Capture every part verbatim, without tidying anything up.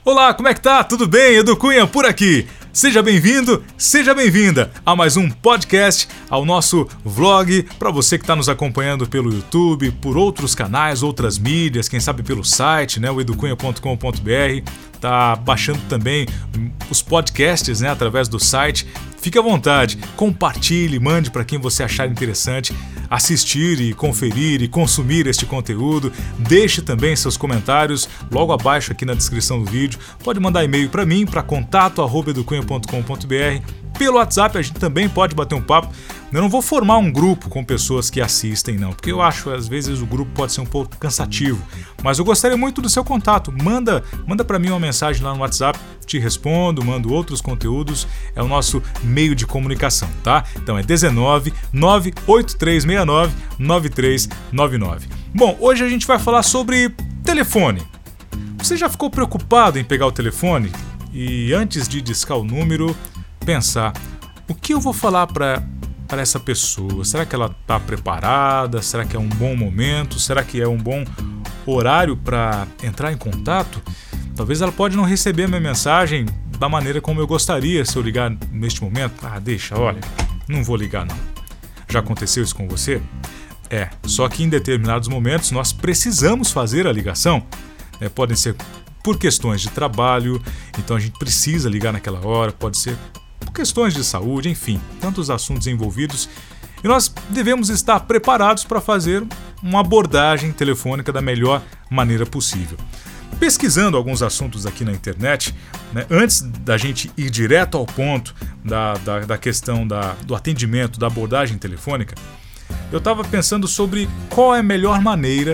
Olá, como é que tá? Tudo bem? Edu Cunha por aqui. Seja bem-vindo, seja bem-vinda a mais um podcast, ao nosso vlog, para você que está nos acompanhando pelo YouTube, por outros canais, outras mídias, quem sabe pelo site, né, o educunha ponto com ponto br, tá baixando também os podcasts, né, através do site. Fique à vontade, compartilhe, mande para quem você achar interessante assistir e conferir e consumir este conteúdo. Deixe também seus comentários logo abaixo aqui na descrição do vídeo. Pode mandar e-mail para mim, para contato arroba educunha ponto com ponto br. Pelo WhatsApp a gente também pode bater um papo. Eu não vou formar um grupo com pessoas que assistem, não, porque eu acho às vezes o grupo pode ser um pouco cansativo. Mas eu gostaria muito do seu contato. Manda, manda para mim uma mensagem lá no WhatsApp, te respondo, mando outros conteúdos. É o nosso meio de comunicação, tá? Então é dezenove, nove oito três seis nove, nove três nove nove. Bom, hoje a gente vai falar sobre telefone. Você já ficou preocupado em pegar o telefone e antes de discar o número, pensar: o que eu vou falar para para essa pessoa? Será que ela está preparada? Será que é um bom momento? Será que é um bom horário para entrar em contato? Talvez ela pode não receber a minha mensagem da maneira como eu gostaria se eu ligar neste momento. Ah, deixa, olha, não vou ligar não. Já aconteceu isso com você? É, só que em determinados momentos nós precisamos fazer a ligação. É, podem ser por questões de trabalho, então a gente precisa ligar naquela hora, pode ser por questões de saúde, enfim, tantos assuntos envolvidos. E nós devemos estar preparados para fazer uma abordagem telefônica da melhor maneira possível. Pesquisando alguns assuntos aqui na internet, né, antes da gente ir direto ao ponto da, da, da questão da, do atendimento, da abordagem telefônica, eu estava pensando sobre qual é a melhor maneira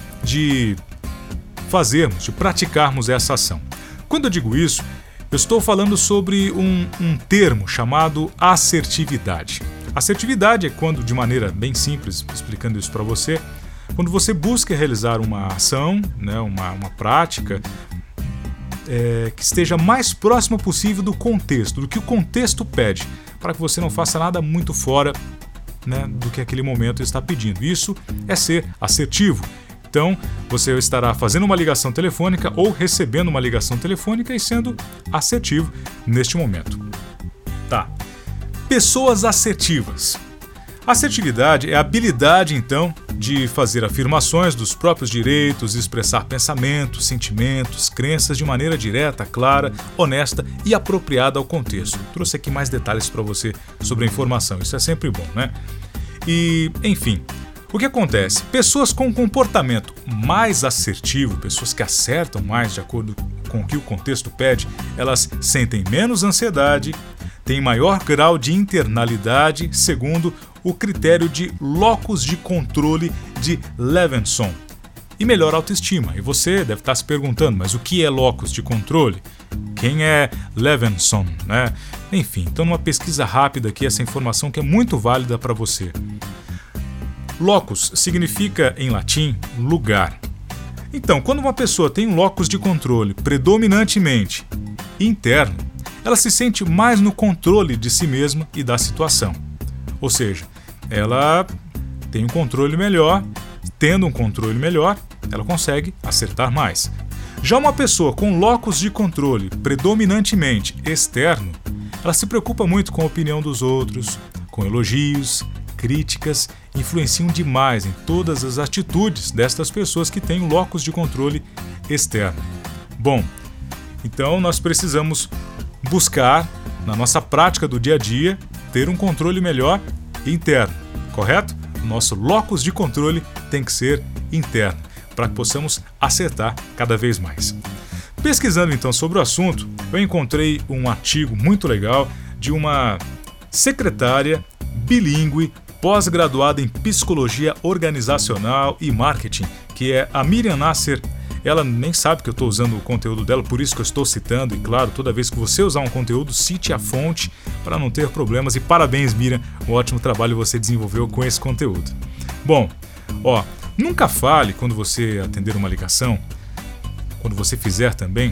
de fazermos, de praticarmos essa ação. Quando eu digo isso, eu estou falando sobre um, um termo chamado assertividade. Assertividade é quando, de maneira bem simples, explicando isso para você, quando você busca realizar uma ação, né, uma, uma prática é, que esteja mais próxima possível do contexto, do que o contexto pede, para que você não faça nada muito fora, né, do que aquele momento está pedindo. Isso é ser assertivo. Então, você estará fazendo uma ligação telefônica ou recebendo uma ligação telefônica e sendo assertivo neste momento. Tá. Pessoas assertivas. Assertividade é a habilidade, então, de fazer afirmações dos próprios direitos, expressar pensamentos, sentimentos, crenças de maneira direta, clara, honesta e apropriada ao contexto. Trouxe aqui mais detalhes para você sobre a informação. Isso é sempre bom, né? E, enfim, o que acontece? Pessoas com comportamento mais assertivo, pessoas que acertam mais de acordo com o que o contexto pede, elas sentem menos ansiedade, têm maior grau de internalidade, segundo o critério de locus de controle de Levinson, e melhor autoestima. E você deve estar se perguntando, mas o que é locus de controle? Quem é Levinson, né? Enfim, então numa pesquisa rápida aqui, essa informação que é muito válida para você. Locus significa, em latim, lugar. Então, quando uma pessoa tem um locus de controle predominantemente interno, ela se sente mais no controle de si mesma e da situação. Ou seja, ela tem um controle melhor, tendo um controle melhor, ela consegue acertar mais. Já uma pessoa com locus de controle predominantemente externo, ela se preocupa muito com a opinião dos outros, com elogios, críticas, influenciam demais em todas as atitudes destas pessoas que têm locus de controle externo. Bom, então nós precisamos buscar, na nossa prática do dia a dia, ter um controle melhor interno, correto? Nosso locus de controle tem que ser interno, para que possamos acertar cada vez mais. Pesquisando então sobre o assunto, eu encontrei um artigo muito legal de uma secretária bilíngue pós-graduada em Psicologia Organizacional e Marketing, que é a Miriam Nasser. Ela nem sabe que eu estou usando o conteúdo dela, por isso que eu estou citando. E claro, toda vez que você usar um conteúdo, cite a fonte para não ter problemas. E parabéns, Miriam, um ótimo trabalho você desenvolveu com esse conteúdo. Bom, ó, nunca fale quando você atender uma ligação, quando você fizer também,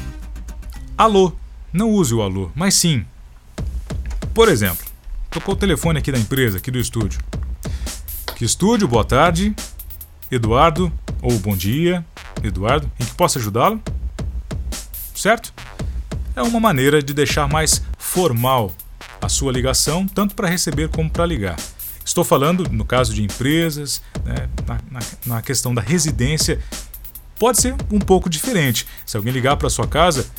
alô. Não use o alô, mas sim. Por exemplo, tocou o telefone aqui da empresa, aqui do estúdio. Que estúdio, boa tarde, Eduardo, ou bom dia, Eduardo, em que posso ajudá-lo? certo? É uma maneira de deixar mais formal a sua ligação, tanto para receber como para ligar. Estou falando no caso de empresas, né, na, na, na questão da residência, pode ser um pouco diferente. Se alguém ligar para sua casa,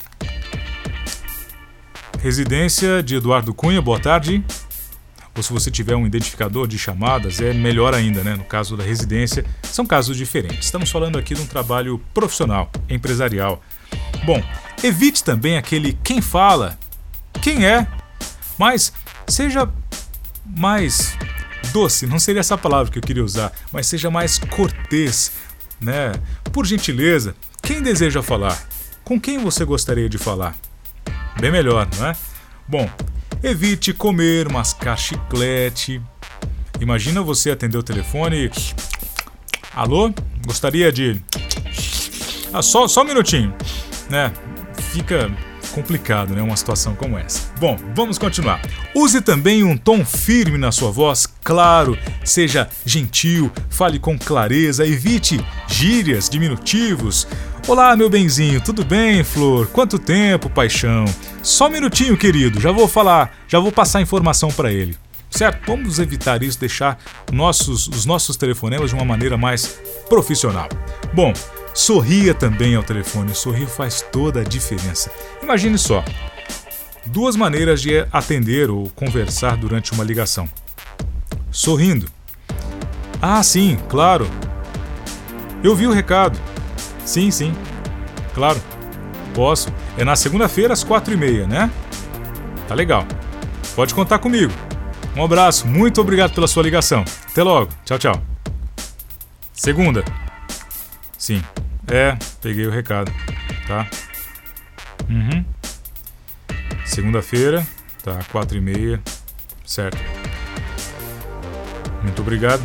residência de Eduardo Cunha, boa tarde. Ou se você tiver um identificador de chamadas, é melhor ainda, né? No caso da residência, são casos diferentes. Estamos falando aqui de um trabalho profissional, empresarial. Bom, evite também aquele quem fala, quem é, mas seja mais doce, não seria essa palavra que eu queria usar, mas seja mais cortês, né? Por gentileza, quem deseja falar? Com quem você gostaria de falar? Bem melhor, não é? Bom, evite comer, mascar chiclete. Imagina você atender o telefone e... Alô? Gostaria de... Ah, só, só um minutinho, né? Fica complicado, né? Uma situação como essa. Bom, vamos continuar. Use também um tom firme na sua voz, claro, seja gentil, fale com clareza, evite gírias, diminutivos. Olá, meu benzinho, tudo bem, Flor? Quanto tempo, paixão? Só um minutinho, querido, já vou falar, já vou passar a informação para ele. Certo? Vamos evitar isso, deixar nossos, os nossos telefonemas de uma maneira mais profissional. Bom, sorria também ao telefone, sorrir faz toda a diferença. Imagine só, duas maneiras de atender ou conversar durante uma ligação. Sorrindo. Ah, sim, claro. Eu vi o recado. Sim, sim, claro, posso. É na segunda-feira às quatro e meia, né? Tá legal. Pode contar comigo. Um abraço, muito obrigado pela sua ligação. Até logo, tchau, tchau. Segunda. Sim, é, peguei o recado, tá? Uhum. Segunda-feira, tá, quatro e meia, certo. Muito obrigado.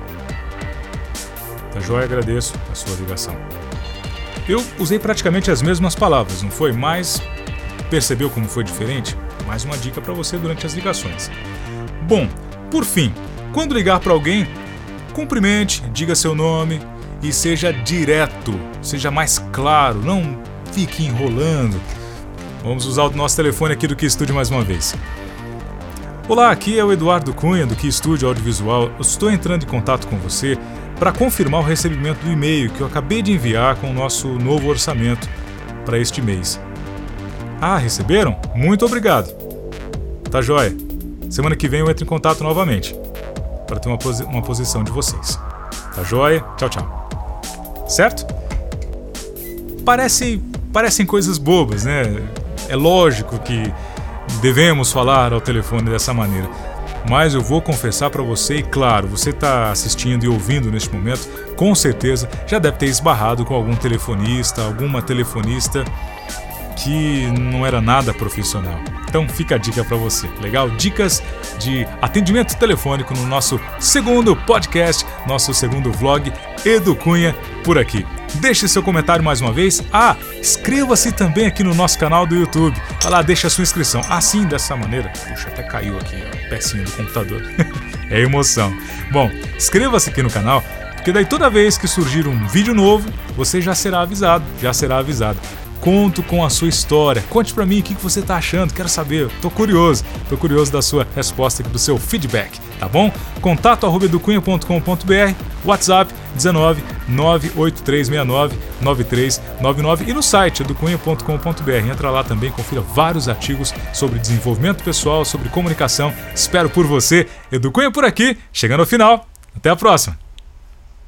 Tá joia, agradeço a sua ligação. Eu usei praticamente as mesmas palavras, não foi? Mas percebeu como foi diferente? Mais uma dica para você durante as ligações. Bom, por fim, quando ligar para alguém, cumprimente, diga seu nome e seja direto, seja mais claro, não fique enrolando. Vamos usar o nosso telefone aqui do Key Studio mais uma vez. Olá, aqui é o Eduardo Cunha do Key Studio Audiovisual. Eu estou entrando em contato com você para confirmar o recebimento do e-mail que eu acabei de enviar com o nosso novo orçamento para este mês. Ah, receberam? Muito obrigado. Tá joia. Semana que vem eu entro em contato novamente para ter uma, posi- uma posição de vocês. Tá joia? Tchau, tchau. Certo? Parece, parecem coisas bobas, né? É lógico que devemos falar ao telefone dessa maneira. Mas eu vou confessar para você, e claro, você está assistindo e ouvindo neste momento, com certeza já deve ter esbarrado com algum telefonista, alguma telefonista que não era nada profissional. Então fica a dica para você, legal? Dicas de atendimento telefônico no nosso segundo podcast, nosso segundo vlog, Edu Cunha por aqui. Deixe seu comentário mais uma vez. Ah, inscreva-se também aqui no nosso canal do YouTube. Vai lá, deixa a sua inscrição. Assim, dessa maneira... Puxa, até caiu aqui a pecinha do computador. É emoção. Bom, inscreva-se aqui no canal, porque daí toda vez que surgir um vídeo novo, você já será avisado, já será avisado. Conto com a sua história. Conte pra mim o que você tá achando, quero saber. Tô curioso, tô curioso da sua resposta, do seu feedback, tá bom? Contato arroba educunha ponto com ponto br, WhatsApp dezenove, nove oito três seis nove, nove três nove nove e no site educunha ponto com ponto br. Entra lá também, confira vários artigos sobre desenvolvimento pessoal, sobre comunicação. Espero por você. Edu Cunha por aqui, chegando ao final. Até a próxima!